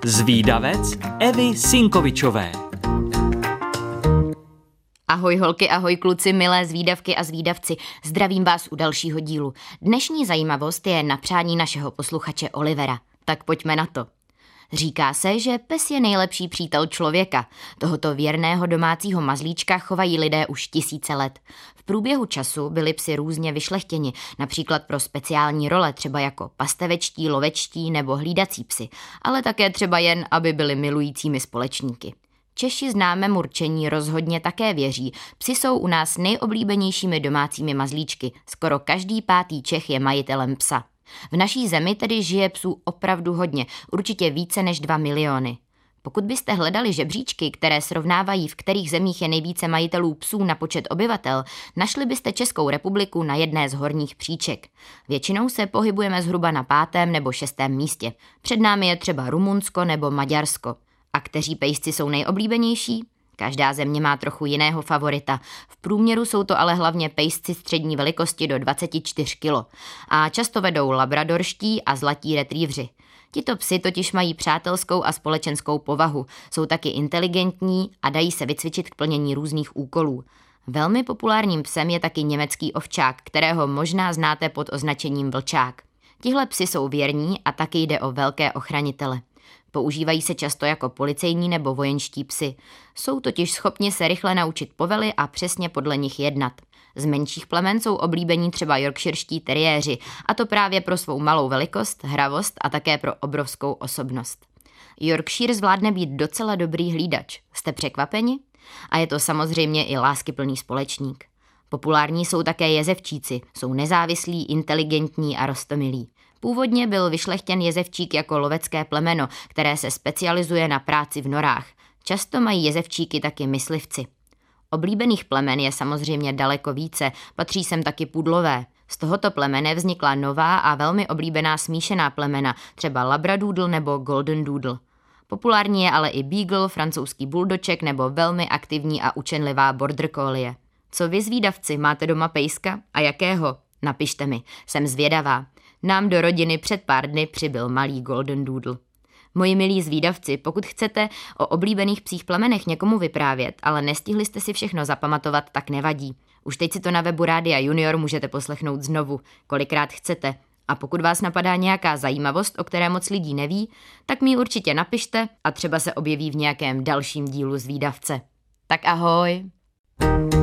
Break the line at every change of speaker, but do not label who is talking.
Zvídavec Evy Sinkovičové.
Ahoj holky, ahoj kluci, milé zvídavky a zvídavci. Zdravím vás u dalšího dílu. Dnešní zajímavost je na přání našeho posluchače Olivera. Tak pojďme na to. Říká se, že pes je nejlepší přítel člověka. Tohoto věrného domácího mazlíčka chovají lidé už tisíce let. V průběhu času byli psi různě vyšlechtěni, například pro speciální role, třeba jako pastevečtí, lovečtí nebo hlídací psi, ale také třeba jen, aby byli milujícími společníky. Češi známému rčení rozhodně také věří. Psi jsou u nás nejoblíbenějšími domácími mazlíčky. Skoro každý pátý Čech je majitelem psa. V naší zemi tedy žije psů opravdu hodně, určitě více než 2 miliony. Pokud byste hledali žebříčky, které srovnávají, v kterých zemích je nejvíce majitelů psů na počet obyvatel, našli byste Českou republiku na jedné z horních příček. Většinou se pohybujeme zhruba na 5. nebo 6. místě. Před námi je třeba Rumunsko nebo Maďarsko. A kteří pejsci jsou nejoblíbenější? Každá země má trochu jiného favorita. V průměru jsou to ale hlavně pejsci střední velikosti do 24 kg. A často vedou labradorští a zlatí retrievři. Tito psi totiž mají přátelskou a společenskou povahu. Jsou taky inteligentní a dají se vycvičit k plnění různých úkolů. Velmi populárním psem je taky německý ovčák, kterého možná znáte pod označením vlčák. Tihle psi jsou věrní a taky jde o velké ochranitele. Používají se často jako policejní nebo vojenští psi. Jsou totiž schopni se rychle naučit povely a přesně podle nich jednat. Z menších plemen jsou oblíbení třeba yorkshirští teriéři, a to právě pro svou malou velikost, hravost a také pro obrovskou osobnost. Yorkshire zvládne být docela dobrý hlídač. Jste překvapeni? A je to samozřejmě i láskyplný společník. Populární jsou také jezevčíci, jsou nezávislí, inteligentní a roztomilí. Původně byl vyšlechtěn jezevčík jako lovecké plemeno, které se specializuje na práci v norách. Často mají jezevčíky taky myslivci. Oblíbených plemen je samozřejmě daleko více, patří sem taky pudlové. Z tohoto plemene vznikla nová a velmi oblíbená smíšená plemena, třeba labradoodle nebo golden doodle. Populární je ale i beagle, francouzský buldoček nebo velmi aktivní a učenlivá border collie. Co vy zvídavci, máte doma pejska? A jakého? Napište mi, jsem zvědavá. Nám do rodiny před pár dny přibyl malý golden doodle. Moji milí zvídavci, pokud chcete o oblíbených psích plemenech někomu vyprávět, ale nestihli jste si všechno zapamatovat, tak nevadí. Už teď si to na webu Rádia Junior můžete poslechnout znovu, kolikrát chcete. A pokud vás napadá nějaká zajímavost, o které moc lidí neví, tak mi ji určitě napište a třeba se objeví v nějakém dalším dílu Zvídavce. Tak ahoj!